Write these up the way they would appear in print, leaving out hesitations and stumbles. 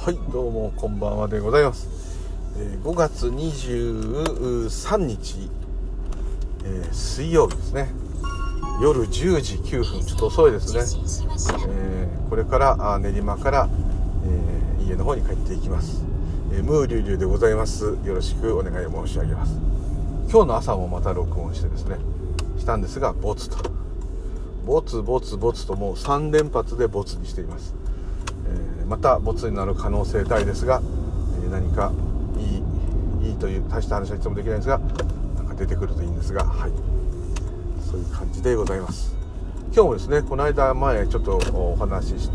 はい、どうもこんばんはでございます。5月23日、水曜日ですね。夜10時9分、ちょっと遅いですね。これから練馬から、家の方に帰っていきます。ムーリュウリュウでございます。よろしくお願い申し上げます。今日の朝もまた録音してですねしたんですが、ボツともう3連発でボツにしています。またボツになる可能性大ですが、何かいいという大した話はいつもできないんですが、なんか出てくるといいんですが、はい、そういう感じでございます。今日もですね、この間前ちょっとお話しした、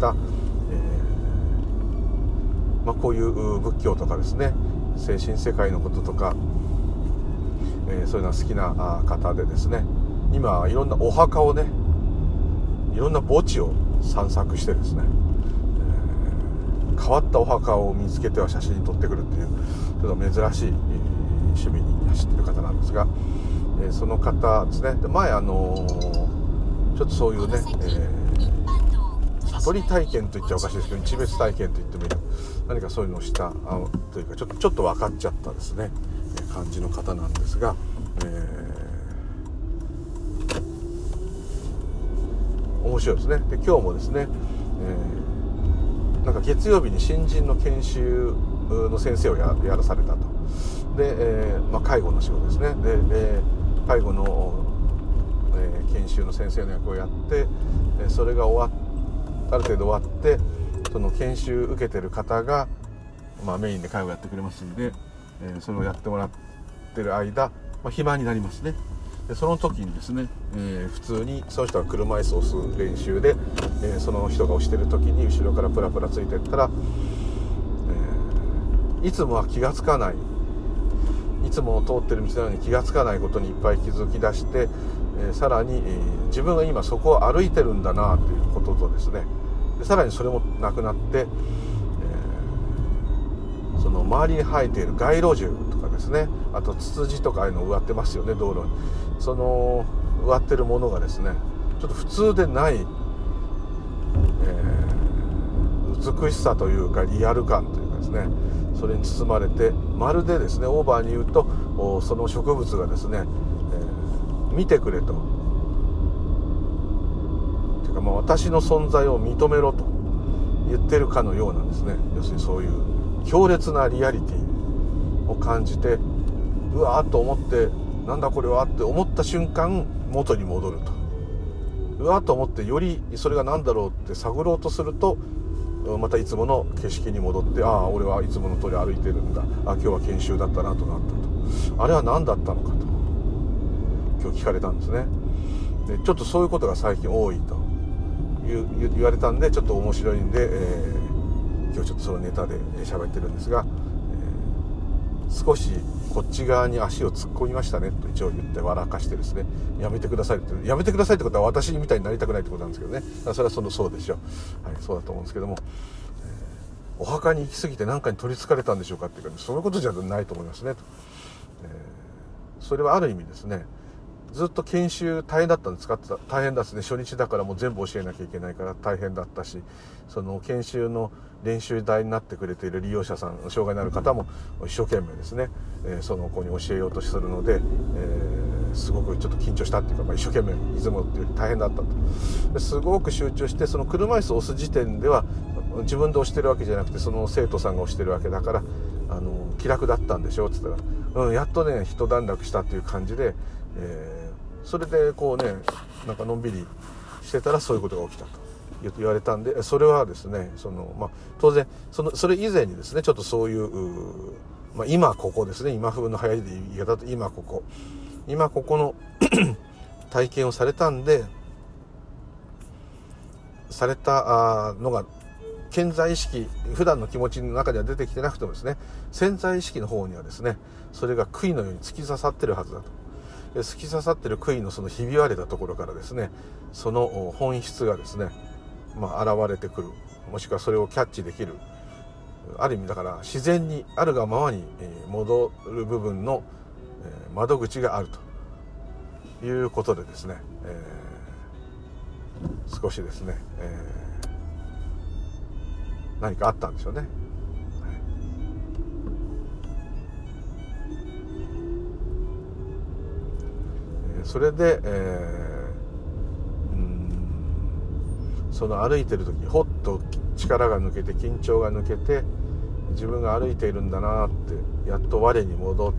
こういう仏教とかですね、精神世界のこととか、そういうのが好きな方でですね、今いろんなお墓をね、いろんな墓地を散策してですね、変わったお墓を見つけては写真に撮ってくるっていうちょっと珍しい趣味に走っている方なんですが、その方ですね。で、前ちょっとそういうね、悟り体験と言っちゃおかしいですけど、一別体験と言ってもいい、何かそういうのをしたというか、ちょっと分かっちゃったですね感じの方なんですが、面白いですね。で、今日もですね、なんか月曜日に新人の研修の先生をやらされたと。で、介護の仕事ですね。で、介護の、研修の先生の役をやって、それがある程度終わって、その研修受けてる方が、メインで介護やってくれますんで、それをやってもらってる間、暇になりますね。で、その時にですね、普通にその人が車椅子を押す練習で、その人が押してる時に後ろからプラプラついていったら、いつもは気がつかない、いつも通ってる道なのに気がつかないことにいっぱい気づき出して、さらに、自分が今そこを歩いてるんだなということとですね、でさらにそれもなくなって、その周りに生えている街路樹とかですね、あとツツジとかああいうの植わってますよね、道路に。その植わってるものがですね、ちょっと普通でない、美しさというかリアル感というかですね、それに包まれて、まるでですね、オーバーに言うとその植物がですね、見てくれと、ていうか私の存在を認めろと言ってるかのようなんですね。要するにそういう強烈なリアリティを感じて、うわーっと思って、なんだこれはって思った瞬間元に戻ると、うわーっと思ってよりそれが何だろうって探ろうとすると、またいつもの景色に戻って、俺はいつもの通り歩いてるんだ、今日は研修だったなとなったと、あれは何だったのかと今日聞かれたんですね。で、ちょっとそういうことが最近多いと言われたんで、ちょっと面白いんで、今日ちょっとそのネタで喋ってるんですが、少しこっち側に足を突っ込みましたねと一応言って笑かしてですね、やめてくださいってことは私みたいになりたくないってことなんですけどね、それはそうでしょう、はい、そうだと思うんですけども、お墓に行き過ぎて何かに取りつかれたんでしょうかっていうか、そういうことじゃないと思いますねと。それはある意味ですね、ずっと研修大変だったんですかって言ったら、大変だですね、初日だからもう全部教えなきゃいけないから大変だったし、その研修の練習台になってくれている利用者さん、障害のある方も一生懸命ですね、その子に教えようとするので、すごくちょっと緊張したっていうか、一生懸命いつもっていうより大変だったと。ですごく集中して、その車椅子を押す時点では自分で押してるわけじゃなくて、その生徒さんが押してるわけだから、気楽だったんでしょって言ったら、やっとね一段落したっていう感じで、それでこうね、なんかのんびりしてたらそういうことが起きたと言われたんで、それはですね、当然それ以前にですね、ちょっとそういう、今ここですね、今風の流行りで言い方だと今ここの体験をされたんで、されたのが潜在意識、普段の気持ちの中には出てきてなくてもですね、潜在意識の方にはですね、それが杭のように突き刺さってるはずだと。突き刺さってる杭のそのひび割れたところからですね、その本質がですね、現れてくる、もしくはそれをキャッチできる、ある意味だから自然にあるがままに戻る部分の窓口があるということでですね、少しですね、何かあったんでしょうね。 それで、その歩いてる時にほっと力が抜けて緊張が抜けて、自分が歩いているんだなってやっと我に戻って、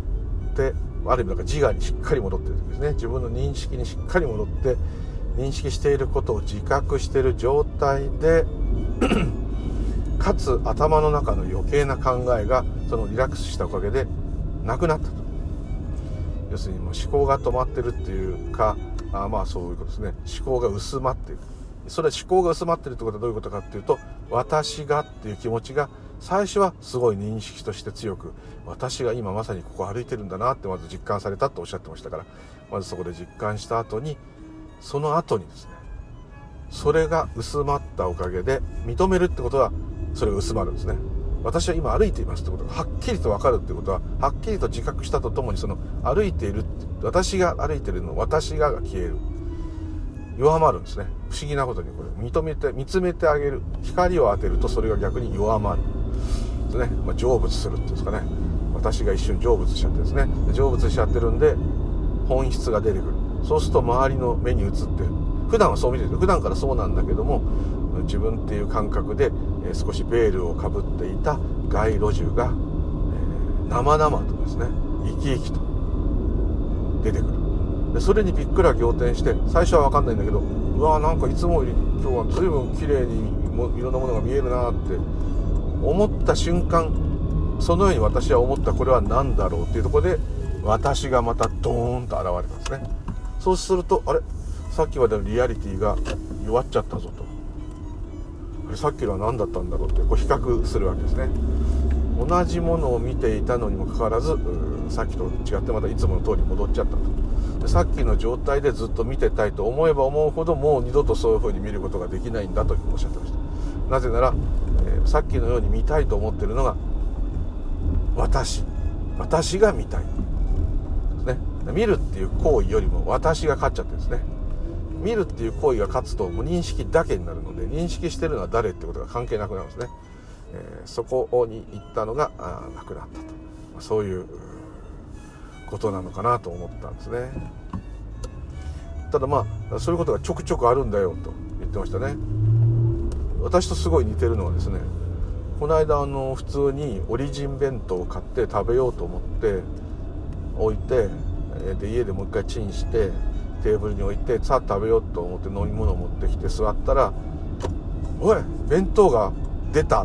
ある意味なんか自我にしっかり戻ってる時ですね。自分の認識にしっかり戻って認識していることを自覚している状態でかつ頭の中の余計な考えがそのリラックスしたおかげでなくなったと。要するにもう思考が止まってるっていうか、まあそういうことですね。思考が薄まっている。それは思考が薄まっているってことはどういうことかっていうと、私がっていう気持ちが最初はすごい認識として強く、私が今まさにここ歩いてるんだなってまず実感されたとおっしゃってましたから、まずそこで実感した後に、その後にですね、それが薄まったおかげで認めるってことはそれが薄まるんですね。私は今歩いていますってことがはっきりと分かるってことは、はっきりと自覚したとともに、その歩いているって、私が歩いているの私が消える、弱まるんですね。不思議なことにこれ認めて見つめてあげる、光を当てるとそれが逆に弱まるですね。成仏するっていうんですかね。私が一瞬成仏しちゃってですね、成仏しちゃってるんで本質が出てくる。そうすると周りの目に映って、普段はそう見てる、普段からそうなんだけども、自分っていう感覚で少しベールをかぶっていた街路樹が生々とですね、生き生きと出てくる。でそれにびっくら仰天して、最初は分かんないんだけど、うわーなんかいつもより今日は随分綺麗にいろんなものが見えるなって思った瞬間、そのように私は思った、これは何だろうっていうところで私がまたドーンと現れたんですね。そうすると、あれさっきまでのリアリティが弱っちゃったぞと、あれさっきのは何だったんだろうってこう比較するわけですね。同じものを見ていたのにもかかわらず、さっきと違ってまたいつもの通り戻っちゃったと。でさっきの状態でずっと見てたいと思えば思うほど、もう二度とそういう風に見ることができないんだとおっしゃってました。なぜなら、さっきのように見たいと思っているのが私が見たいですね。見るっていう行為よりも私が勝っちゃってですね、見るっていう行為が勝つともう認識だけになるので、認識してるのは誰ってことが関係なくなるんですね。そこに行ったのがなくなったと、そういうことなのかなと思ったんですね。ただそういうことがちょくちょくあるんだよと言ってましたね。私とすごい似てるのはですね、この間普通にオリジン弁当を買って食べようと思って置いて、で家でもう一回チンしてテーブルに置いてさあ食べようと思って飲み物を持ってきて座ったら、おい弁当が出たって、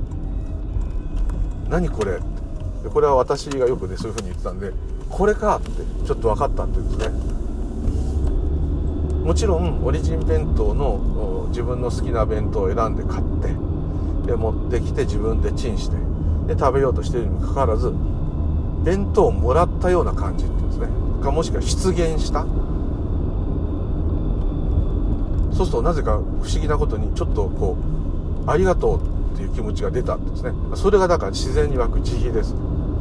何これって、でこれは私がよくねそういう風に言ってたんで、これかってちょっと分かったって言うんですね。もちろんオリジン弁当の自分の好きな弁当を選んで買ってで持ってきて自分でチンしてで食べようとしているにもかかわらず、弁当をもらったような感じっていうんですね、かもしくは出現した。そうするとなぜか不思議なことにちょっとこうありがとうっていう気持ちが出たんですね。それがだから自然に湧く慈悲です。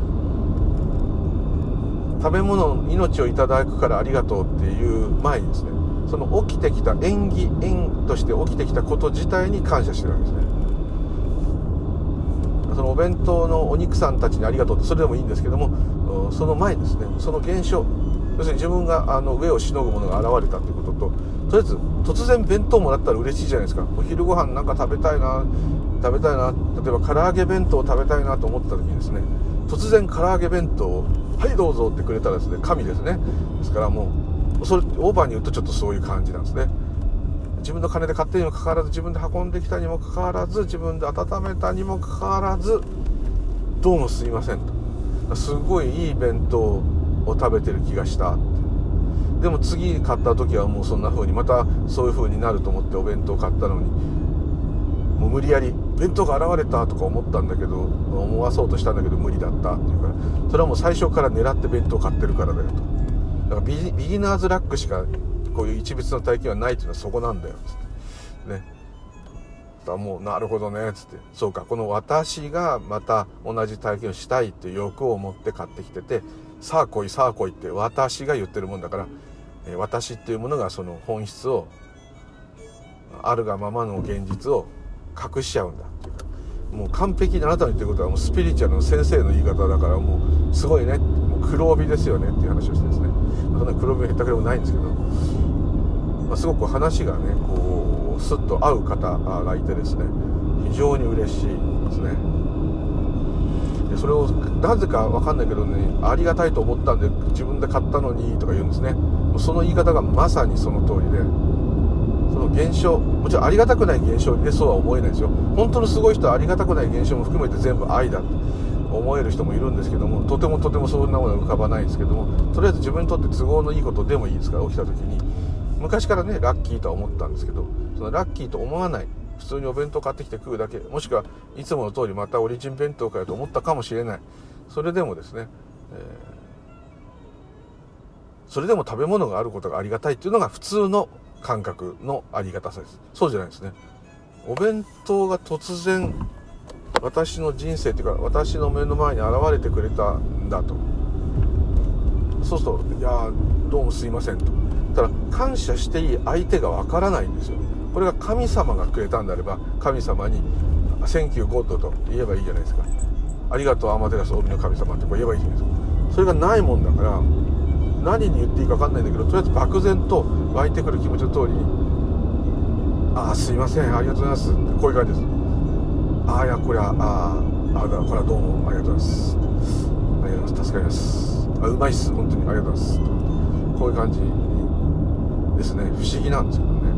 食べ物、命をいただくからありがとうっていう前にですね、その起きてきた縁として起きてきたこと自体に感謝してるわけですね。そのお弁当のお肉さんたちにありがとうって、それでもいいんですけども、その前にですね、その現象、要するに自分が上をしのぐものが現れたということと、とりあえず突然弁当もらったら嬉しいじゃないですか。お昼ご飯なんか食べたいな、例えば唐揚げ弁当を食べたいなと思った時にですね、突然唐揚げ弁当をはいどうぞってくれたらですね、神ですね。ですからもうそれオーバーに言うとちょっとそういう感じなんですね。自分の金で買ってにもかかわらず、自分で運んできたにもかかわらず、自分で温めたにもかかわらず、どうもすいませんと、すごいいい弁当を食べてる気がしたって。でも次買った時はもうそんな風にまたそういう風になると思ってお弁当買ったのに、もう無理やり弁当が現れたとか思ったんだけど、思わそうとしたんだけど無理だったっていうから、それはもう最初から狙って弁当買ってるからだよと。だからビギナーズラックしかこういう一別の体験はないっていうのはそこなんだよつってね。だからもうなるほどねつって、そうか、この私がまた同じ体験をしたいっていう欲を持って買ってきてて、さあ来いさあ来いって私が言ってるもんだから、私っていうものがその本質を、あるがままの現実を隠しちゃうんだっていうか、もう完璧にあなたの言ってることはもうスピリチュアルの先生の言い方だから、もうすごいね、もう黒帯ですよねっていう話をしてですね、 そんな黒目へったくれもないんですけど、すごく話がねこうスッと合う方がいてですね、非常に嬉しいですね。でそれをなぜか分かんないけどね、ありがたいと思ったんで自分で買ったのにとか言うんですね。その言い方がまさにその通りで、その現象、もちろんありがたくない現象にねそうは思えないですよ。本当のすごい人はありがたくない現象も含めて全部愛だって思える人もいるんですけども、とてもそんなものは浮かばないんですけども、とりあえず自分にとって都合のいいことでもいいですから、起きた時に昔からねラッキーとは思ったんですけど、そのラッキーと思わない、普通にお弁当買ってきて食うだけ、もしくはいつもの通りまたオリジン弁当かよと思ったかもしれない。それでもですね、それでも食べ物があることがありがたいっていうのが普通の感覚のありがたさです。そうじゃないですね。お弁当が突然私の人生っていうか私の目の前に現れてくれたんだと、そうするといやどうもすいませんと、ただ感謝していい相手がわからないんですよ。これが神様がくれたんであれば、神様にセンキューゴッドと言えばいいじゃないですか。ありがとうアマテラス大海の神様ってこう言えばいいじゃないですか。それがないもんだから何に言っていいか分かんないんだけど、とりあえず漠然と湧いてくる気持ちの通りに、すいませんありがとうございますって、こういう感じです。いやこれはこれはどうもありがとうございます、ありがとうございます、助かります、うまいっす本当にありがとうございます、こういう感じですね。不思議なんですけどね。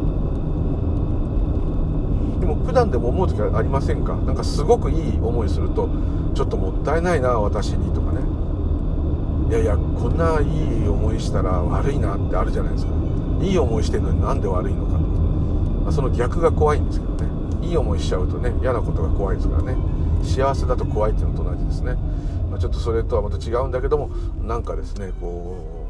でも普段でも思う時はありませんか？なんかすごくいい思いするとちょっともったいないな私にとかね、いやこんないい思いしたら悪いなってあるじゃないですか。いい思いしてるのになんで悪いのか、その逆が怖いんですけどね。いい思いしちゃうとね嫌なことが怖いですからね。幸せだと怖いっていうのと同じですね。ちょっとそれとはまた違うんだけども、なんかですねこ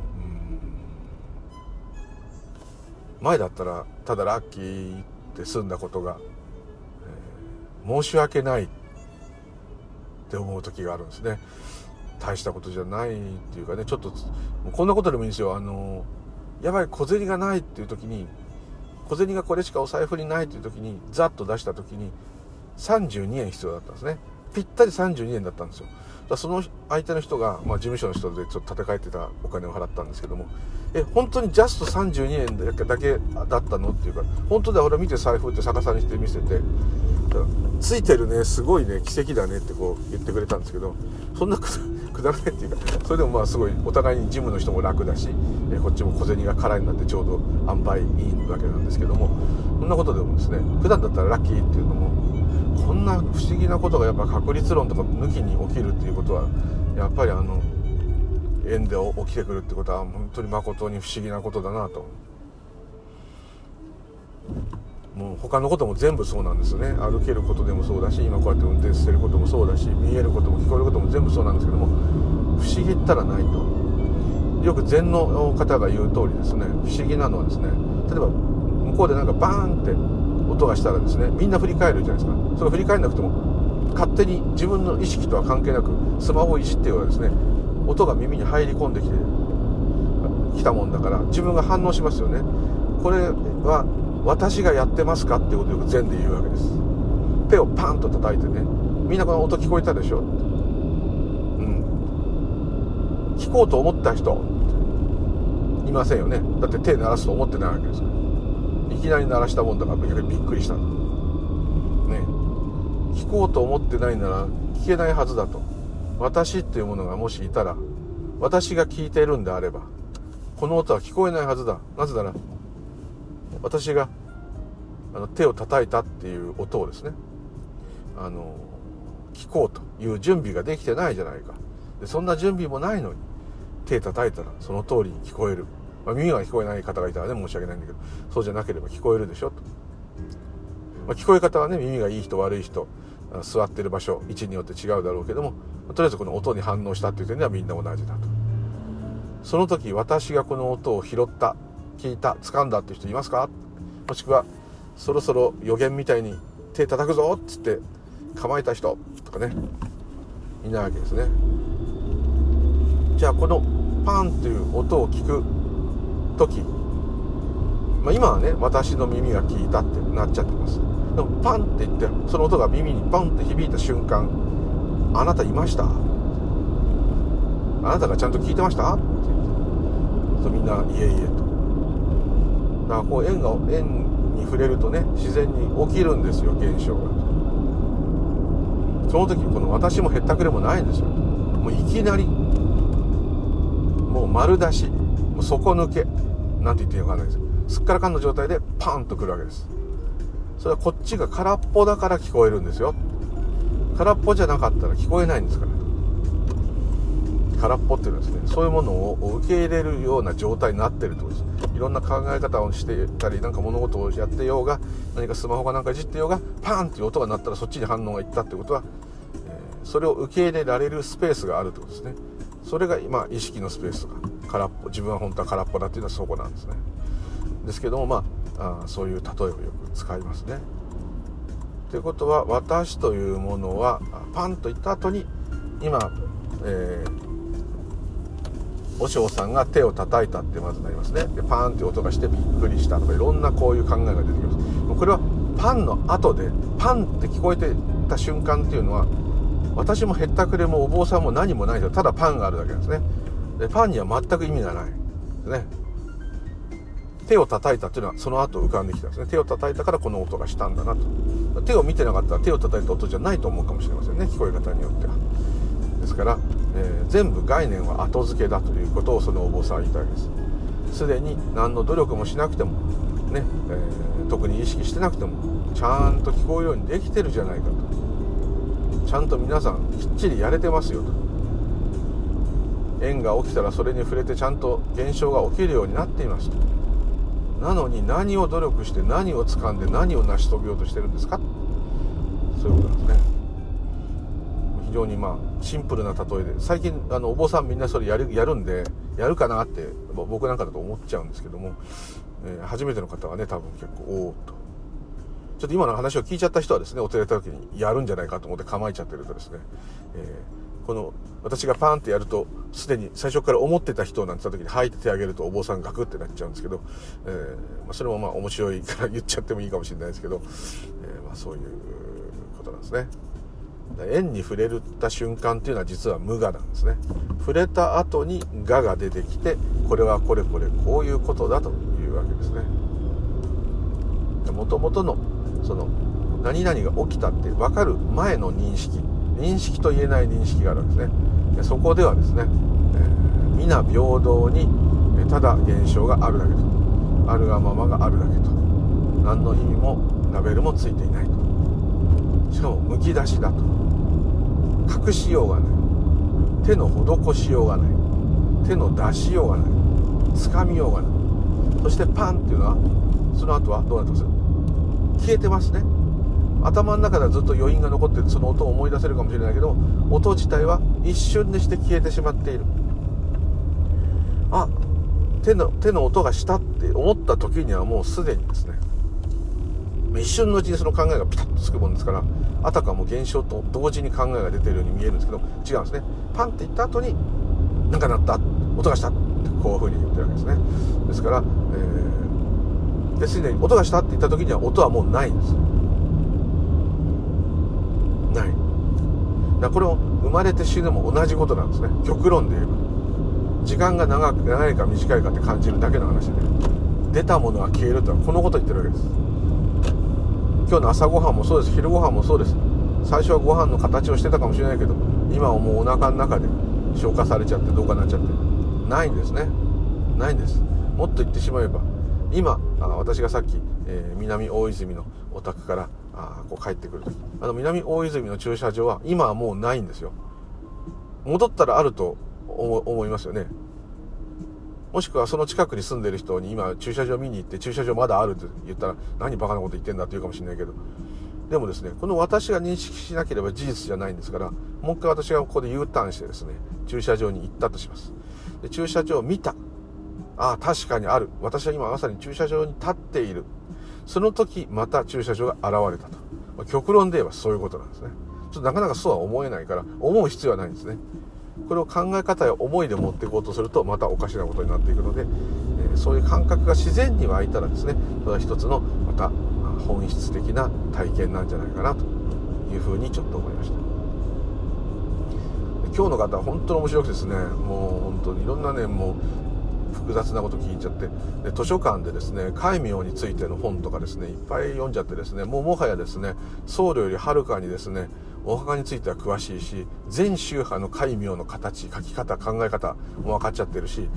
う、前だったらただラッキーって済んだことが、申し訳ないって思う時があるんですね。大したことじゃないっていうかね、ちょっとこんなことでもいいんですよ。やばい小銭がないっていう時に、小銭がこれしかお財布にないっていう時にザッと出した時に32円必要だったんですね。ぴったり32円だったんですよ。その相手の人が、事務所の人でちょっと立て替えてたお金を払ったんですけども、本当にジャスト32円だけだったのっていうか、本当だ俺見て財布って逆さにして見せて、ついてるねすごいね奇跡だねってこう言ってくれたんですけど、そんなくだらないっていうか、それでもすごいお互いに事務の人も楽だし、こっちも小銭が空になってちょうど塩梅いいわけなんですけども、そんなことでもですね、普段だったらラッキーっていうのも、こんな不思議なことがやっぱ確率論とか抜きに起きるっていうことは、やっぱり縁で起きてくるってことは本当に誠に不思議なことだなと。もう他のことも全部そうなんですよね。歩けることでもそうだし、今こうやって運転してることもそうだし、見えることも聞こえることも全部そうなんですけども、不思議ったらないと。よく禅の方が言う通りですね、不思議なのはですね、例えば向こうでなんかバーンって音がしたらですね、みんな振り返るじゃないですか。それ振り返んなくても勝手に自分の意識とは関係なくスマホをいじってようがですね、音が耳に入り込んできたもんだから自分が反応しますよね。これは私がやってますかってことをよく禅で言うわけです。手をパンと叩いてね、みんなこの音聞こえたでしょ、聞こうと思った人いませんよね。だって手鳴らすと思ってないわけですから、いきなり鳴らしたもんだから逆にびっくりしたね。聞こうと思ってないなら聞けないはずだと。私っていうものがもしいたら、私が聞いているんであればこの音は聞こえないはずだ。なぜなら私が手を叩いたっていう音をですね、聞こうという準備ができてないじゃないか。でそんな準備もないのに手叩いたらその通りに聞こえる。耳が聞こえない方がいたらね申し訳ないんだけど、そうじゃなければ聞こえるでしょと。聞こえ方はね、耳がいい人悪い人、座ってる場所位置によって違うだろうけども、とりあえずこの音に反応したっていう点ではみんな同じだと。その時私がこの音を拾った、聞いた、掴んだっていう人いますか？もしくはそろそろ予言みたいに手叩くぞっつって構えた人とかね、いないわけですね。じゃあこのパンっていう音を聞く時、今はね私の耳が聞いたってなっちゃってます。でもパンって言ってその音が耳にパンって響いた瞬間、あなたいました？あなたがちゃんと聞いてました？ってみんないえいえと。だからこう縁に触れるとね、自然に起きるんですよ、現象が。その時この私もへったくれもないんですよ。もういきなりもう丸出し、もう底抜けなんて言っていいのかわかんないですよ。すっからかんの状態でパンとくるわけです。それはこっちが空っぽだから聞こえるんですよ。空っぽじゃなかったら聞こえないんですから。空っぽっていうのはですね、そういうものを受け入れるような状態になってるってことです。いろんな考え方をしてたり、なんか物事をやってようが、何かスマホかなんかいじってようが、パーンっていう音が鳴ったらそっちに反応がいったってことは、それを受け入れられるスペースがあるってことですね。それが今意識のスペースとか、空っぽ、自分は本当は空っぽだっていうのはそこなんですね。ですけども、そういう例えをよく使いますね。ということは、私というものはパンと言った後に、今、お嬢さんが手を叩いたってまずなりますね。でパーンって音がしてびっくりしたとか、いろんなこういう考えが出てきます。これはパンの後で、パンって聞こえてた瞬間っていうのは、私もへったくれもお坊さんも何もないですよ。ただパンがあるだけなんですね。でパンには全く意味がないですね。手を叩いたっていうのはその後浮かんできたんですね。手を叩いたからこの音がしたんだなと。手を見てなかったら手を叩いた音じゃないと思うかもしれませんね、聞こえ方によっては。ですから、全部概念は後付けだということをそのお坊さんは言いたいわけです。すでに何の努力もしなくてもね、特に意識してなくてもちゃんと聞こえるようにできてるじゃないかと。ちゃんと皆さんきっちりやれてますよと。縁が起きたらそれに触れてちゃんと現象が起きるようになっていますと。なのに何を努力して何を掴んで何を成し遂げようとしてるんですか。そういうことなんですね。非常にシンプルな例えで、最近お坊さんみんなそれやるんで、やるかなって僕なんかだと思っちゃうんですけども、初めての方はね、多分結構おーっとちょっと今の話を聞いちゃった人はですね、お寺行った時にやるんじゃないかと思って構えちゃってるとですね、この私がパーンってやると、すでに最初から思ってた人なんて言った時にはいって手を挙げるとお坊さんガクってなっちゃうんですけど、それも面白いから言っちゃってもいいかもしれないですけど、そういうことなんですね。縁に触れた瞬間っていうのは実は無我なんですね。触れた後に我が出てきて、これはこれこういうことだというわけですね。もともとのその何々が起きたって分かる前の認識と言えない認識があるわけですね。そこではですね、皆平等にただ現象があるだけと、あるがままがあるだけと、何の意味もラベルもついていないと、しかもむき出しだと、隠しようがない、手の施しようがない、手の出しようがない、掴みようがない。そしてパンっていうのはその後はどうなってます？消えてますね。頭の中ではずっと余韻が残っている、その音を思い出せるかもしれないけど、音自体は一瞬でして消えてしまっている。手の音がしたって思った時にはもうすでにですね、一瞬のうちにその考えがピタッとつくもんですから、あたかも現象と同時に考えが出ているように見えるんですけど、違うんですね。パンって言った後に何か鳴った、音がしたってこういう風に言ってるわけですね。ですから、すでに音がしたって言った時には音はもうないんです。ない。だからこれも生まれて死ぬも同じことなんですね。極論で言えば、時間が長いか短いかって感じるだけの話で、出たものは消えるとはこのことを言ってるわけです。今日の朝ごはんもそうです。昼ごはんもそうです。最初はご飯の形をしてたかもしれないけど、今はもうお腹の中で消化されちゃってどうかなっちゃってないんですね。ないんです。もっと言ってしまえば、今私がさっき、南大泉のお宅からこう帰ってくるとき、南大泉の駐車場は今はもうないんですよ。戻ったらあると思いますよね。もしくはその近くに住んでる人に今駐車場見に行って、駐車場まだあるって言ったら、何バカなこと言ってんだって言うかもしれないけど、でもですね、この私が認識しなければ事実じゃないんですから、もう一回私がここで U ターンしてですね、駐車場に行ったとします。で駐車場を見た、確かにある、私は今まさに駐車場に立っている、その時また駐車場が現れたと、極論で言えばそういうことなんですね。ちょっとなかなかそうは思えないから、思う必要はないんですね。これを考え方や思いで持っていこうとするとまたおかしなことになっていくので、そういう感覚が自然に湧いたらですね、それは一つのまた本質的な体験なんじゃないかなというふうにちょっと思いました。今日の方は本当に面白くてですね、もう本当にいろんなね、もう複雑なこと聞いちゃって、で図書館でですね戒名についての本とかですねいっぱい読んじゃってですね、もはやですね僧侶よりはるかにですねお墓については詳しいし、全宗派の戒名の形、書き方、考え方も分かっちゃってるし、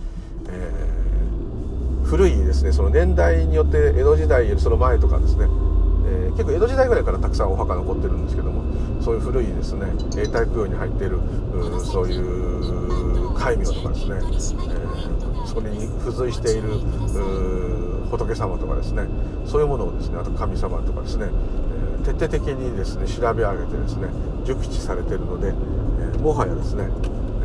古いですねその年代によって江戸時代よりその前とかですね、結構江戸時代ぐらいからたくさんお墓残ってるんですけども、そういう古いですね永代供養に入っているそういう戒名とかですね、それに付随している仏様とかですね、そういうものをですね、あと神様とかですね、徹底的にですね調べ上げてですね熟知されているので、もはやですね、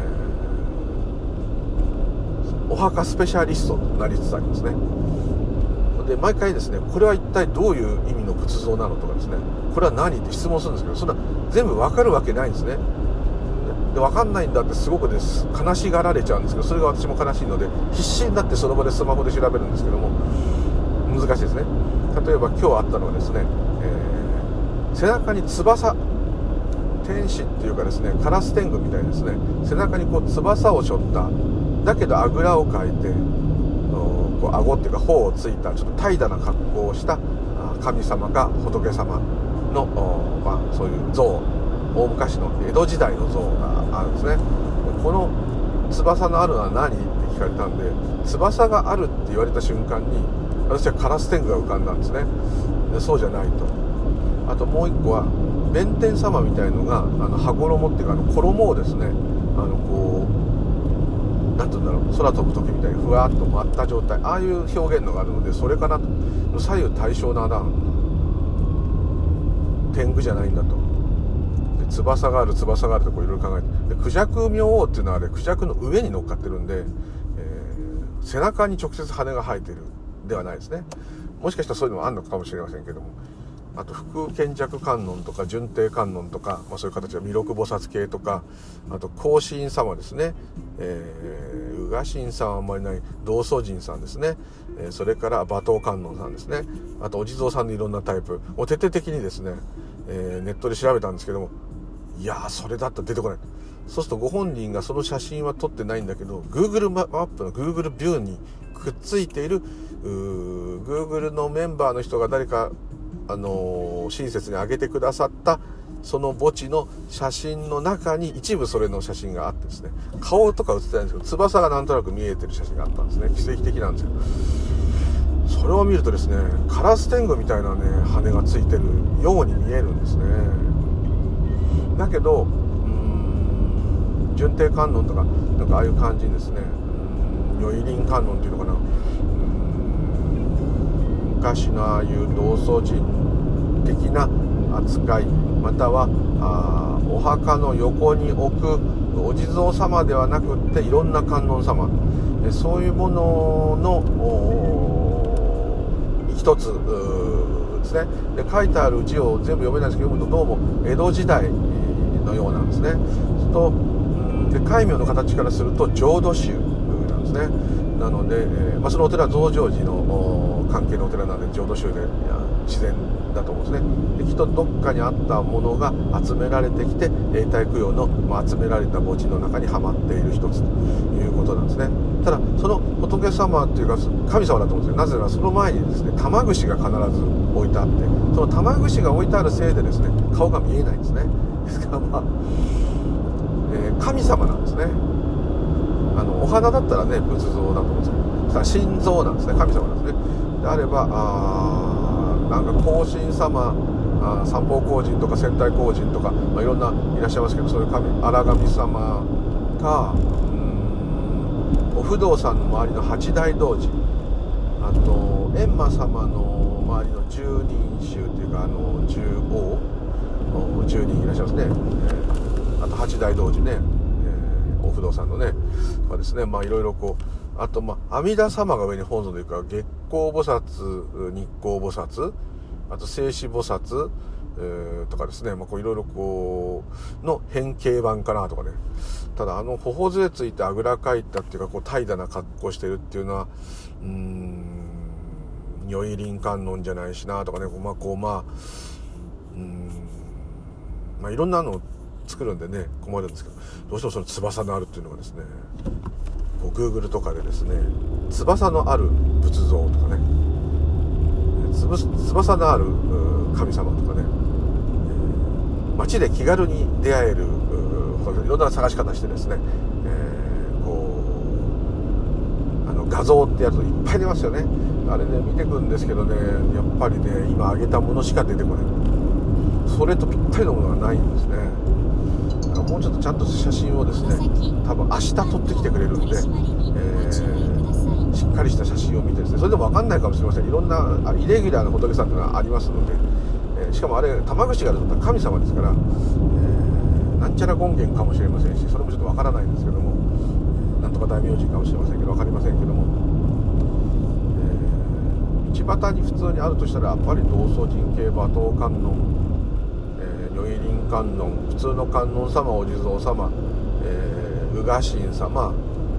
お墓スペシャリストとなりつつありますね。で毎回ですねこれは一体どういう意味の仏像なのとかですね、これは何って質問するんですけど、そんな全部分かるわけないんですね。で分かんないんだってすごくです悲しがられちゃうんですけど、それが私も悲しいので必死になってその場でスマホで調べるんですけども難しいですね。例えば今日あったのはですね、背中に翼、天使っていうかですねカラス天狗みたいにですね背中にこう翼を背負っただけどあぐらをかいてこう顎っていうか頬をついたちょっと怠惰な格好をした神様か仏様の、そういう像、大昔の江戸時代の像があるんですね。この翼のあるのは何って聞かれたんで、翼があるって言われた瞬間に私はカラス天狗が浮かんだんですね。でそうじゃないと。あともう一個は弁天様みたいのが羽衣っていうか衣をですねこうなんていうんだろう、空飛ぶ時みたいにふわっと舞った状態、ああいう表現のがあるのでそれかなと。左右対称な天狗じゃないんだと。で翼があるとこういろいろ考えて、でクジャク明王っていうのはあれクジャクの上に乗っかってるんで、背中に直接羽が生えてるではないですね。もしかしたらそういうのもあるのかもしれませんけども、あと福建寂観音とか順帝観音とか、そういう形で弥勒菩薩系とか、あと光神様ですね、宇賀神さんはあんまりない道祖神さんですね、それから馬頭観音さんですね、あとお地蔵さんのいろんなタイプを徹底的にですね、ネットで調べたんですけども、いやーそれだったら出てこない。そうするとご本人がその写真は撮ってないんだけど Google マップの Google ビューにくっついているGoogle のメンバーの人が誰か親切に上げてくださったその墓地の写真の中に一部それの写真があってですね、顔とか写ってないんですけど翼がなんとなく見えてる写真があったんですね。奇跡的なんですよ。それを見るとですねカラス天狗みたいなね羽がついてるように見えるんですね。だけど順帝観音とかなんかああいう感じにですね如意輪観音っていうのかな、昔のああいう道祖神的な扱い、またはお墓の横に置くお地蔵様ではなくっていろんな観音様、そういうものの一つですね。で書いてある字を全部読めないんですけど、読むとどうも江戸時代のようなんですね。そうすると戒名の形からすると浄土宗なんですね。なので、そのお寺は増上寺の関係のお寺なので浄土宗で自然だと思うんですね。できっとどっかにあったものが集められてきて永代供養の、集められた墓地の中にはまっている一つということなんですね。ただその仏様というか神様だと思うんですよ。なぜならその前にですね玉串が必ず置いてあって、その玉串が置いてあるせいでですね顔が見えないんですね。ですから神様なんですね。お花だったらね仏像だと思うんですけど、神像なんですね。神様なんですね。であればなんか光神様、三宝光神とか千体光神とか、いろんないらっしゃいますけど、そういう荒神様かお不動さんの周りの八大道寺、あと閻魔様の周りの十人衆というか10人いらっしゃいますね。あと八大道寺ね、お不動さんのねとかですね、いろいろこう、あと阿弥陀様が上に本尊というか月光菩薩、日光菩薩、あと静止菩薩、とかですね、いろいろこうの変形版かなとかね。ただ頬杖ついてあぐらかいたっていうかこう怠惰な格好してるっていうのは如意輪観音じゃないしなとかね、いろんなの作るんでね困るんですけど、どうしてもその翼のあるっていうのがですね、こう Google とかでですね、翼のある仏像とかね、翼のある神様とかね、街で気軽に出会えるいろんな探し方してですね、画像ってやついっぱい出ますよね。あれね見てくるんですけどね、やっぱりね今挙げたものしか出てこない。それとぴったりのものがないんですね。もうちょっとちゃんと写真をですね、多分明日撮ってきてくれるんで、しっかりした写真を見てですね、それでも分かんないかもしれません。いろんなイレギュラーな仏さんというのがありますので、しかもあれ玉串が撮った神様ですから、なんちゃら権現かもしれませんし、それもちょっと分からないんですけども、なんとか大名人かもしれませんけど分かりませんけども、道端に普通にあるとしたらやっぱり道祖神系馬頭観音、如意輪観音、普通の観音様、お地蔵様、宇賀神様、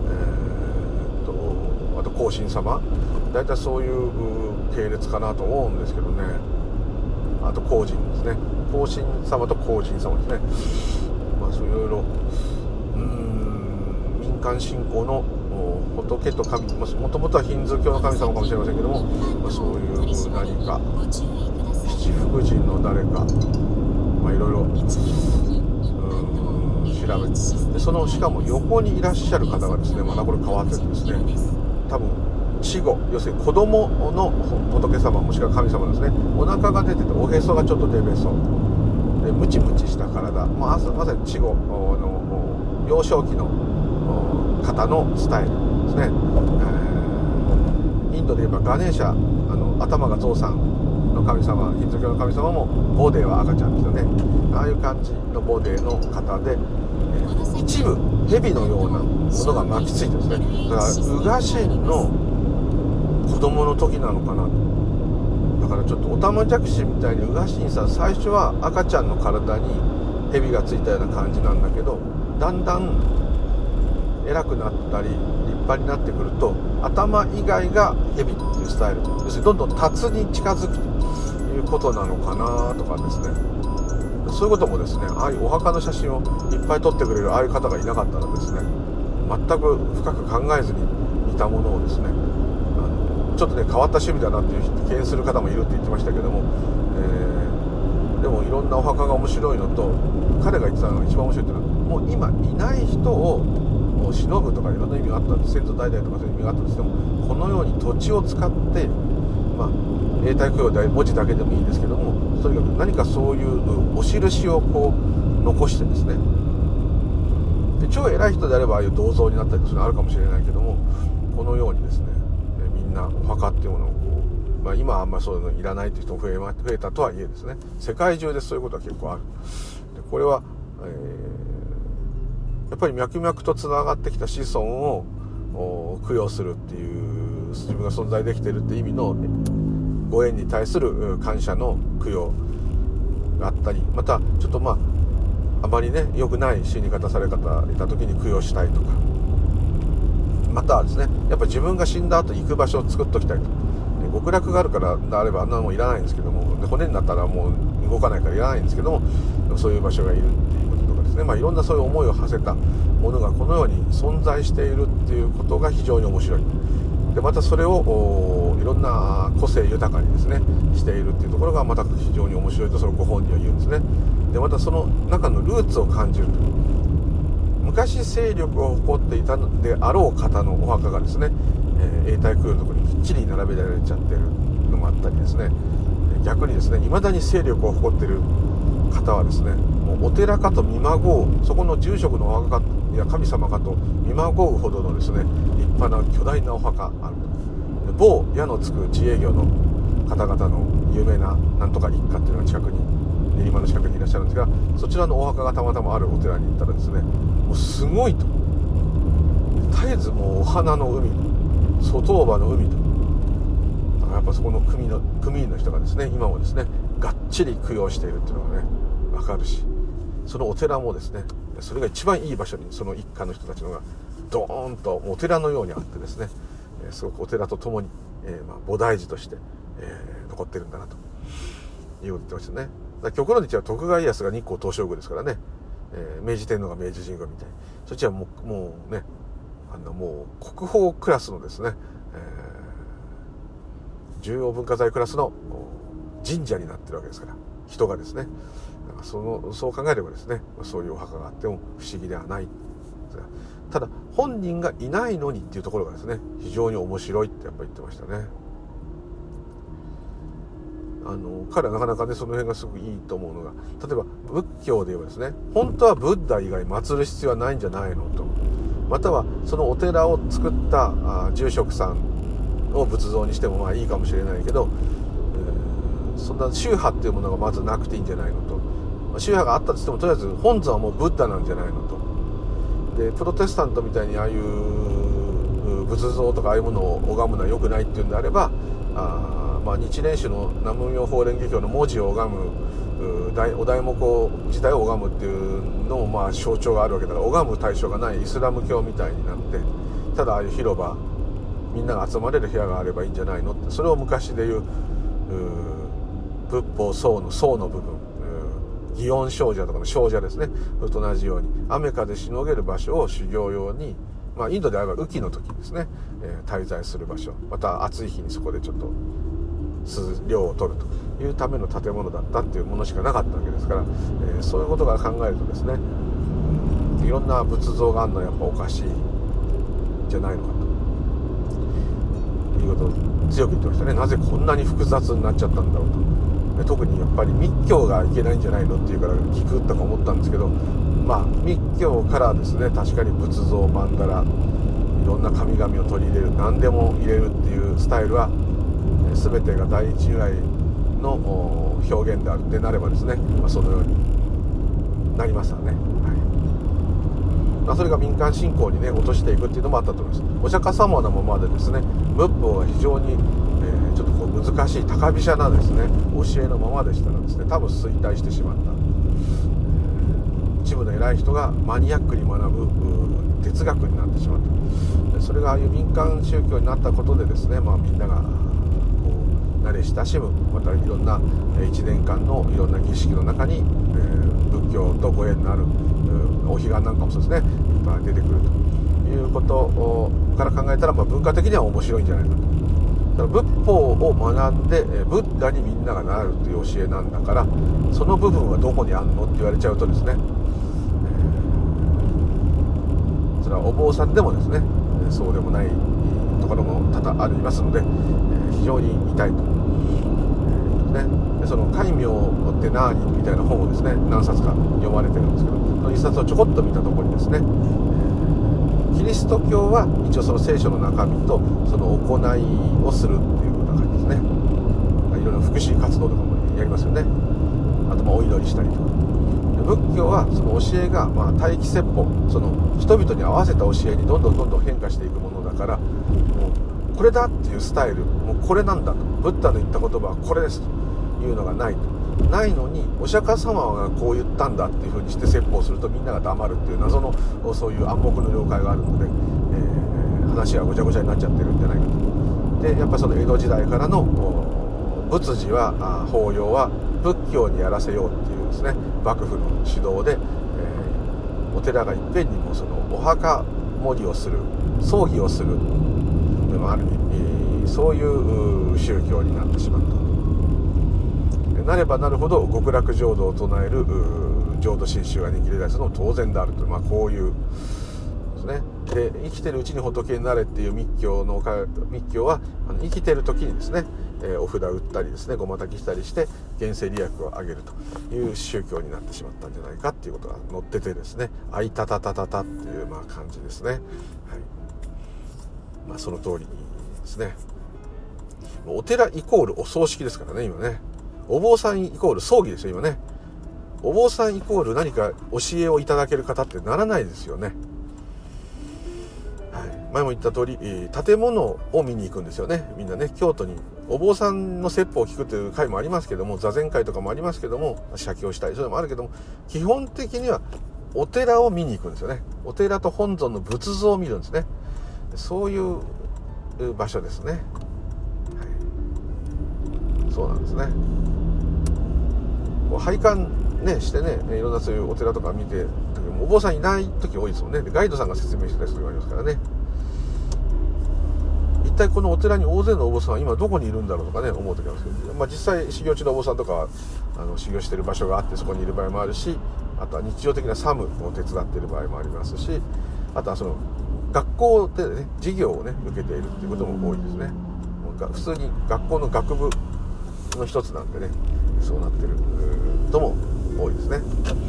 あと光神様、大体そういう系列かなと思うんですけどね。あと光神ですね、光神様と光神様ですね。そういろいろ民間信仰の仏と神、もともとはヒンズー教の神様かもしれませんけども、そういう何か七福神の誰か、いろいろ調べて、でそのしかも横にいらっしゃる方がですね、またこれ変わっててですね、多分稚児、要するに子供の仏様もしくは神様ですね。お腹が出てておへそがちょっとデベソでムチムチした体、まさに稚児の幼少期の方のスタイルですね。インドで言えばガネーシャ、頭がゾウさんの神様、ヒンズー教の神様もボデーは赤ちゃんですよね。ああいう感じのボデーの方で、一部蛇のようなものが巻きついてですね、だから宇賀神の子供の時なのかな。だからちょっとオタマジャクシみたいに宇賀神さん最初は赤ちゃんの体に蛇がついたような感じなんだけど、だんだん偉くなったり立派になってくると頭以外が蛇っていうスタイル、要するにどんどん達に近づくということなのかなとかですね。そういうこともですね、ああいうお墓の写真をいっぱい撮ってくれるああいう方がいなかったらですね、全く深く考えずに見たものをですね、ちょっとね変わった趣味だなっていう敬遠する方もいるって言ってましたけども、でもいろんなお墓が面白いのと、彼が言ってたのが一番面白いっていうのは、もう今いない人を偲ぶとかいろんな意味があったんです。先祖代々とかそういう意味があったんですけども、このように土地を使って、永代供養で文字だけでもいいですけども、とにかく何かそういうお印をこう残してですね、で超偉い人であればああいう銅像になったりするのあるかもしれないけども、このようにですね、みんなお墓っていうものをこう、今はあんまりそういうのいらないという人も増えたとはいえですね、世界中でそういうことは結構ある。でこれは、やっぱり脈々とつながってきた子孫を供養するっていう、自分が存在できているっていう意味のご縁に対する感謝の供養があったり、またちょっとあまりね良くない死に方され方いた時に供養したいとか、またはですね、やっぱ自分が死んだ後行く場所を作っときたいと。極楽があるからであればあんなのもいらないんですけども、で骨になったらもう動かないからいらないんですけども、そういう場所がいるっていうこととかですね、いろんなそういう思いを馳せたものがこのように存在しているっていうことが非常に面白い。でまたそれをいろんな個性豊かにですねしているっていうところがまた非常に面白いと、そのご本人は言うんですね。でまたその中のルーツを感じると、昔勢力を誇っていたであろう方のお墓がですね、永代供養のところにきっちり並べられちゃってるのもあったりですね、逆にですね未だに勢力を誇っている方はですね、もうお寺かと見まごう、そこの住職のお墓かいや神様かと見まごうほどのですね立派な巨大なお墓あると。某矢のつく自営業の方々の有名ななんとか一家っていうのが近くに練馬の近くにいらっしゃるんですが、そちらのお墓がたまたまあるお寺に行ったらですね、もうすごいと、絶えずもうお花の海、外場の海と、だからやっぱそこの組員の人がですね今もですねがっちり供養しているっていうのがね分かるし、そのお寺もですね、それが一番いい場所にその一家の人たちのがドーンとお寺のようにあってですね、すごくお寺とともに、菩提寺として、残ってるんだなということ言ってましたね。だから極論で言っちゃ徳川家康が日光東照宮ですからね、 明治天皇が明治神宮みたいに、そっちはもうね、もう国宝クラスのですね、重要文化財クラスの神社になってるわけですから、人がですね、そう考えればですね、そういうお墓があっても不思議ではない。ただ本人がいないのにっていうところがですね、非常に面白いってやっぱり言ってましたね。彼はなかなかね、その辺がすごくいいと思うのが、例えば仏教で言えばですね、本当はブッダ以外祀る必要はないんじゃないのと、またはそのお寺を作った住職さんを仏像にしてもまあいいかもしれないけど、そんな宗派っていうものがまずなくていいんじゃないのと、宗派があったとしてもとりあえず本尊はもうブッダなんじゃないのと。でプロテスタントみたいにああいう仏像とかああいうものを拝むのは良くないっていうんであれば、日蓮宗の南無妙法蓮華経の文字を拝むお題目自体を拝むっていうのも象徴があるわけだから、拝む対象がないイスラム教みたいになって、ただああいう広場、みんなが集まれる部屋があればいいんじゃないのって、それを昔でいう仏法僧の僧の部分、祇園精舎とかの精舎ですね、それと同じように雨風しのげる場所を修行用に、インドであれば雨季の時にですね、滞在する場所、また暑い日にそこでちょっと涼を取るというための建物だったっていうものしかなかったわけですから、そういうことから考えるとですね、いろんな仏像があるのはやっぱおかしいんじゃないのかということを強く言ってましたね。なぜこんなに複雑になっちゃったんだろうと。特にやっぱり密教がいけないんじゃないのっていうから聞くとか思ったんですけど、密教からですね、確かに仏像、曼荼羅、いろんな神々を取り入れる、何でも入れるっていうスタイルは全てが第一如来の表現であるってなればですね、そのようになりますわね。それが民間信仰にね落としていくっていうのもあったと思います。お釈迦様のままでですね、仏法が非常に、ちょっと難しい高飛車なですね教えのままでしたらですね、多分衰退してしまった、一部の偉い人がマニアックに学ぶ哲学になってしまった。それがああいう民間宗教になったことでですね、みんなが慣れ親しむ、またいろんな1年間のいろんな儀式の中に、仏教とご縁のあるお彼岸なんかもそうですね、いっぱい出てくるということから考えたら、文化的には面白いんじゃないかと。だから仏法を学んでブッダにみんながなるという教えなんだから、その部分はどこにあんのって言われちゃうとですね、それはお坊さんでもですね、そうでもないところも多々ありますので、非常に痛いと。でその戒名って何みたいな本をですね、何冊か読まれてるんですけど、その一冊をちょこっと見たところにですね、キリスト教は一応その聖書の中身とその行いをするっていうような感じですね。いろいろ福祉活動とかもやりますよね。あとお祈りしたりとか。仏教はその教えが待機説法、その人々に合わせた教えにどんどん変化していくものだから、もうこれだっていうスタイル、もうこれなんだと、ブッダの言った言葉はこれですというのがないのに、お釈迦様がこう言ったんだっていう風にして説法するとみんなが黙るっていう謎のそういう暗黙の了解があるので、話がごちゃごちゃになっちゃってるんじゃないかと。でやっぱりその江戸時代からの仏事は法要は仏教にやらせようっていうですね、幕府の指導で、お寺がいっぺんにもそのお墓守りをする、葬儀をするでもある意味、そういう宗教になってしまった。なればなるほど極楽浄土を唱える浄土真宗が握り出すのも当然であるという、こういうですね。で生きてるうちに仏になれっていう密教は生きてる時にですね、お札打ったりですね、ごまたきしたりして現世利益を上げるという宗教になってしまったんじゃないかっていうことが載っててですね、あいたたたたたっていう感じですね。その通りにですね、お寺イコールお葬式ですからね、今ね。お坊さんイコール葬儀ですよ今ね。お坊さんイコール何か教えをいただける方ってならないですよね。前も言った通り、建物を見に行くんですよね、みんなね。京都にお坊さんの説法を聞くという会もありますけども、座禅会とかもありますけども、写経したりそういうのもあるけども、基本的にはお寺を見に行くんですよね。お寺と本尊の仏像を見るんですね。そういう場所ですね。そうなんですね。拝観してね、いろんなそういうお寺とか見てお坊さんいない時多いですもんね。でガイドさんが説明してたりする時もありますからね。一体このお寺に大勢のお坊さんは今どこにいるんだろうとかね思う時あるんですけど、実際修行中のお坊さんとかは修行してる場所があってそこにいる場合もあるし、あとは日常的な作務を手伝っている場合もありますし、あとはその学校でね授業をね受けているっていうことも多いですね。普通に学校の学部の一つなんでね、そうなってるとも多いですね。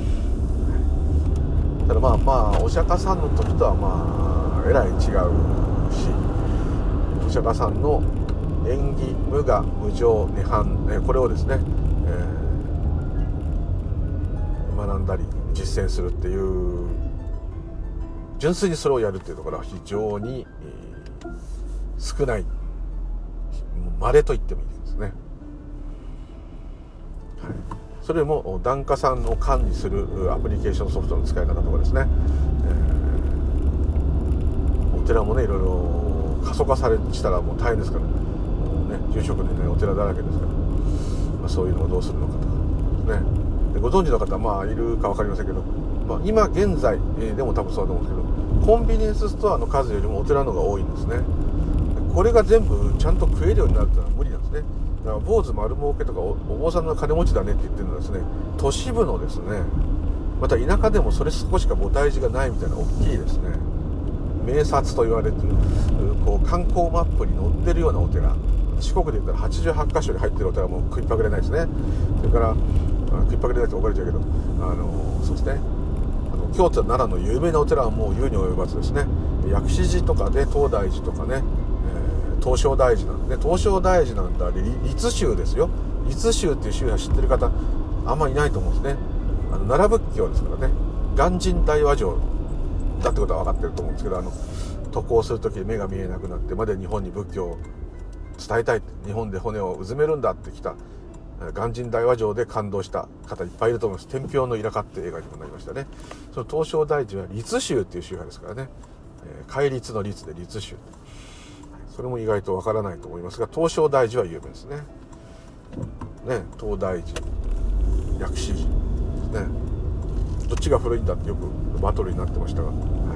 ただお釈迦さんの時とはえらい違うし、お釈迦さんの縁起無我無常涅槃、これをですね、学んだり実践するっていう純粋にそれをやるっていうところは非常に少ない、稀と言ってもいいですね。それよりも檀家さんを管理するアプリケーションソフトの使い方とかですね、お寺もねいろいろ過疎化したらもう大変ですから、住職でねお寺だらけですから、そういうのをどうするのかとかですね。でご存知の方いるか分かりませんけど、今現在、でも多分そうだと思うんですけど、コンビニエンスストアの数よりもお寺の方が多いんですね。これが全部ちゃんと食えるようになるってのは無理なんですね。だから坊主丸儲けとか お坊さんの金持ちだねって言ってるのはですね、都市部のですね、また田舎でもそれ少しか菩提寺がないみたいな大きいですね、名刹と言われてる観光マップに載ってるようなお寺、四国で言ったら88カ所に入ってるお寺も食いっぱぐれないですね。それから食いっぱぐれないって怒られちゃうけど、そうですね、京都奈良の有名なお寺はもう言うに及ばずですね、薬師寺とかで東大寺とかね、東照大寺なんで、東照大寺なんだで律宗ですよ。律宗っていう宗派知ってる方あんまりいないと思うんですね。奈良仏教ですからね、鑑真大和上だってことは分かってると思うんですけど、渡航する時目が見えなくなってまで日本に仏教を伝えたい、日本で骨をうずめるんだってきた鑑真大和上で感動した方いっぱいいると思います。天平のイラカって映画にもなりましたね。その東照大寺は律宗っていう宗派ですからね、戒律の律で律宗、それも意外とわからないと思いますが、東照大寺は有名ですね。東大寺、薬師寺ね、どっちが古いんだってよくバトルになってましたが、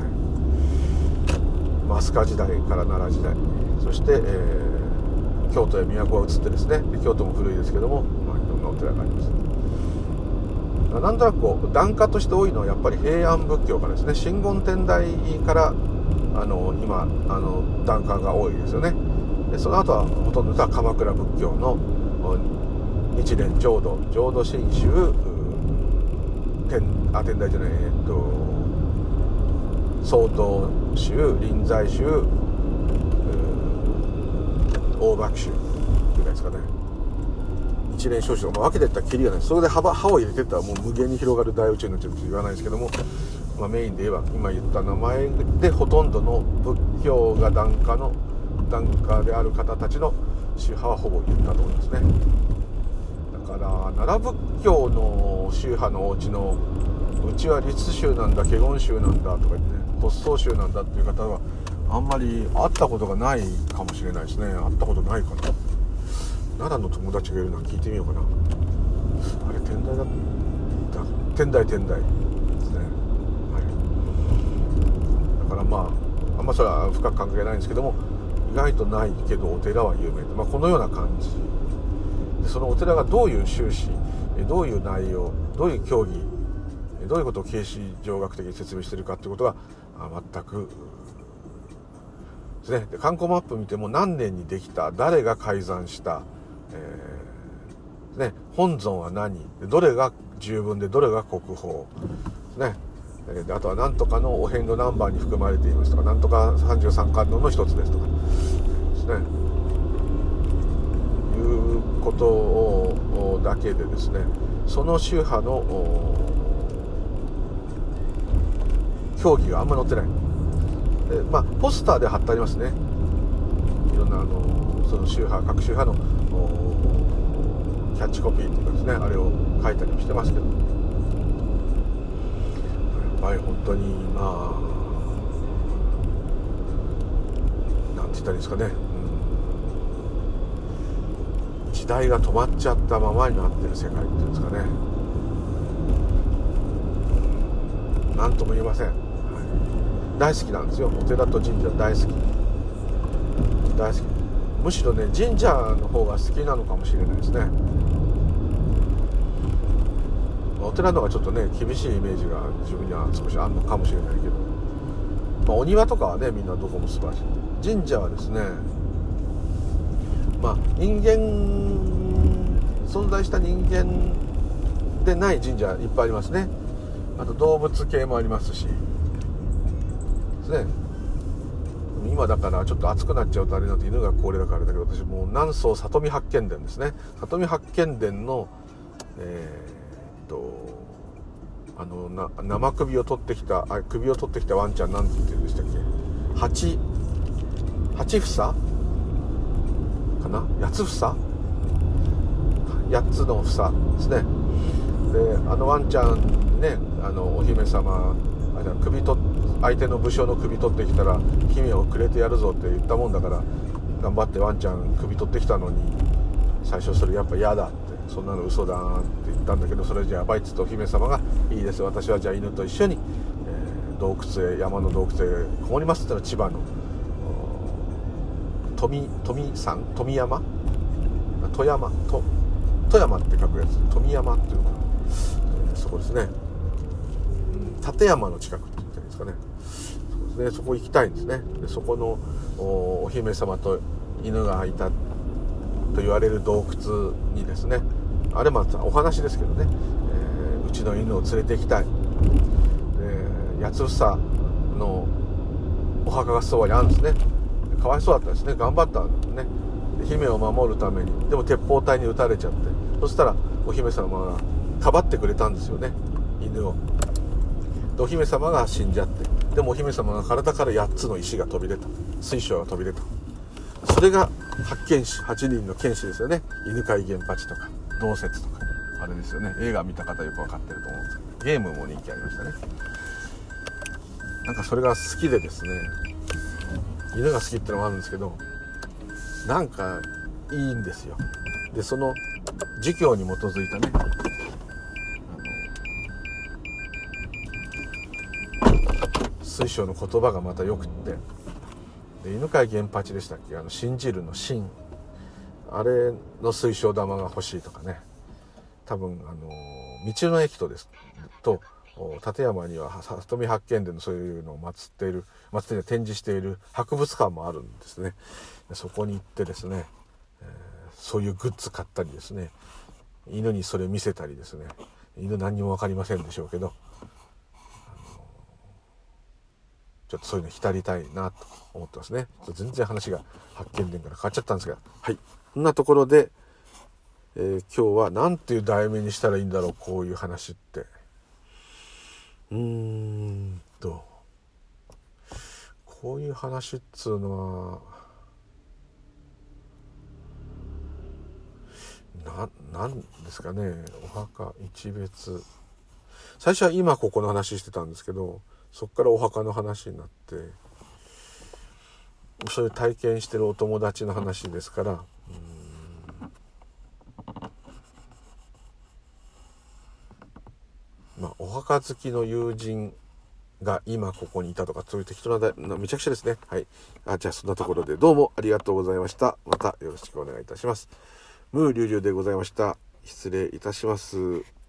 飛鳥時代から奈良時代、そして、京都や都が移ってですね、京都も古いですけども、いろんなお寺があります。なんとなく檀家として多いのはやっぱり平安仏教からですね、真言天台から今檀家が多いですよね。でその後はほとんどは鎌倉仏教の日蓮浄土真宗天台じゃない曹洞宗臨済宗大幕宗ぐらいですかね。一連少子と分けていったらキリがない。それで歯を入れていったらもう無限に広がる大宇宙になっちゃうと言わないですけども、メインで言えば今言った名前でほとんどの仏教が檀家である方たちの宗派はほぼ言ったと思いますね。だから奈良仏教の宗派のお家のうちは律宗なんだ華厳宗なんだとか言ってね、発想宗なんだっていう方はあんまり会ったことがないかもしれないですね。会ったことないかな。奈良の友達がいるのは聞いてみようかな。あれ天台だった天台ですね。だからあんまそれは深く関係ないんですけども、意外とないけどお寺は有名で、このような感じで、そのお寺がどういう宗旨、どういう内容、どういう教義、どういうことを形式上学的に説明しているかということが全くですね。で観光マップ見ても何年にできた、誰が改ざんした、本尊は何、どれが十分でどれが国宝ですね。であとは何とかのお遍路ナンバーに含まれていますとか、何とか33観音の一つですとかですね、いうことをだけでですね、その宗派の教義があんま載ってない。でポスターで貼ってありますね。いろんなその宗派、各宗派のキャッチコピーというかですね、あれを書いたりもしてますけど、やっぱり本当になんて言ったらいいんですかね、時代が止まっちゃったままになってる世界っていうんですかね。 何とも言えません、大好きなんですよ。お寺と神社大好き。むしろね神社の方が好きなのかもしれないですね。お寺の方がちょっとね厳しいイメージが自分には少しあるのかもしれないけど、お庭とかはねみんなどこも素晴らしい。神社はですね、人間存在した人間でない神社いっぱいありますね。あと動物系もありますしですね。今だからちょっと暑くなっちゃうとあれなんて犬が高齢だからだけど、私もう南総里見八犬伝ですね。里見八犬伝の生首を取ってきたワンちゃんなんて言うんでしたっけ、八房かな、八つ房、8つの房ですね。でワンちゃんにねお姫様相手の武将の首取ってきたら姫をくれてやるぞって言ったもんだから、頑張ってワンちゃん首取ってきたのに最初それやっぱ嫌だって、そんなの嘘だって言ったんだけど、それじゃやばいっつってお姫様がいいです、私はじゃあ犬と一緒に、山の洞窟へこもりますってのは千葉の富山って書くやつ、富山っていうのかな、そこですね。立山の近くって言ったらいいですかね。そうですね、そこ行きたいんですね。でそこのお姫様と犬がいたと言われる洞窟にですね、あれまたお話ですけどね、うちの犬を連れて行きたい。八つ房のお墓がそばにあるんですね。かわいそうだったですね。頑張ったんですね。姫を守るために。でも鉄砲隊に撃たれちゃって、そしたらお姫様がかばってくれたんですよね、犬を。でお姫様が死んじゃって、でもお姫様が体から8つの石が飛び出た、水晶が飛び出た。それが8人の剣士ですよね。犬飼源八とか同説とかあれですよね。映画見た方よく分かってると思うんですけど、ゲームも人気ありましたね。なんかそれが好きでですね、犬が好きってのもあるんですけど、なんかいいんですよ。でその儒教に基づいたね水晶の言葉がまたよくって、で犬飼源八でしたっけ、信じるの信、あれの水晶玉が欲しいとかね。多分道の駅と立山には里見八犬伝のそういうのを祀って展示している博物館もあるんですね。でそこに行ってですね、そういうグッズ買ったりですね、犬にそれ見せたりですね。犬何にも分かりませんでしょうけど、ちょっとそういうの浸りたいなと思ってますね。全然話が八犬伝から変わっちゃったんですが、はい、こんなところで、今日は何ていう題名にしたらいいんだろう、こういう話って。こういう話っつうのはなんですかね。お墓一別、最初は今ここの話してたんですけど、そこからお墓の話になって、そういう体験してるお友達の話ですから、お墓好きの友人が今ここにいたとか、そういう適当なめちゃくちゃですね。はい。じゃあそんなところでどうもありがとうございました。またよろしくお願いいたします。ムーリュウリュウでございました。失礼いたします。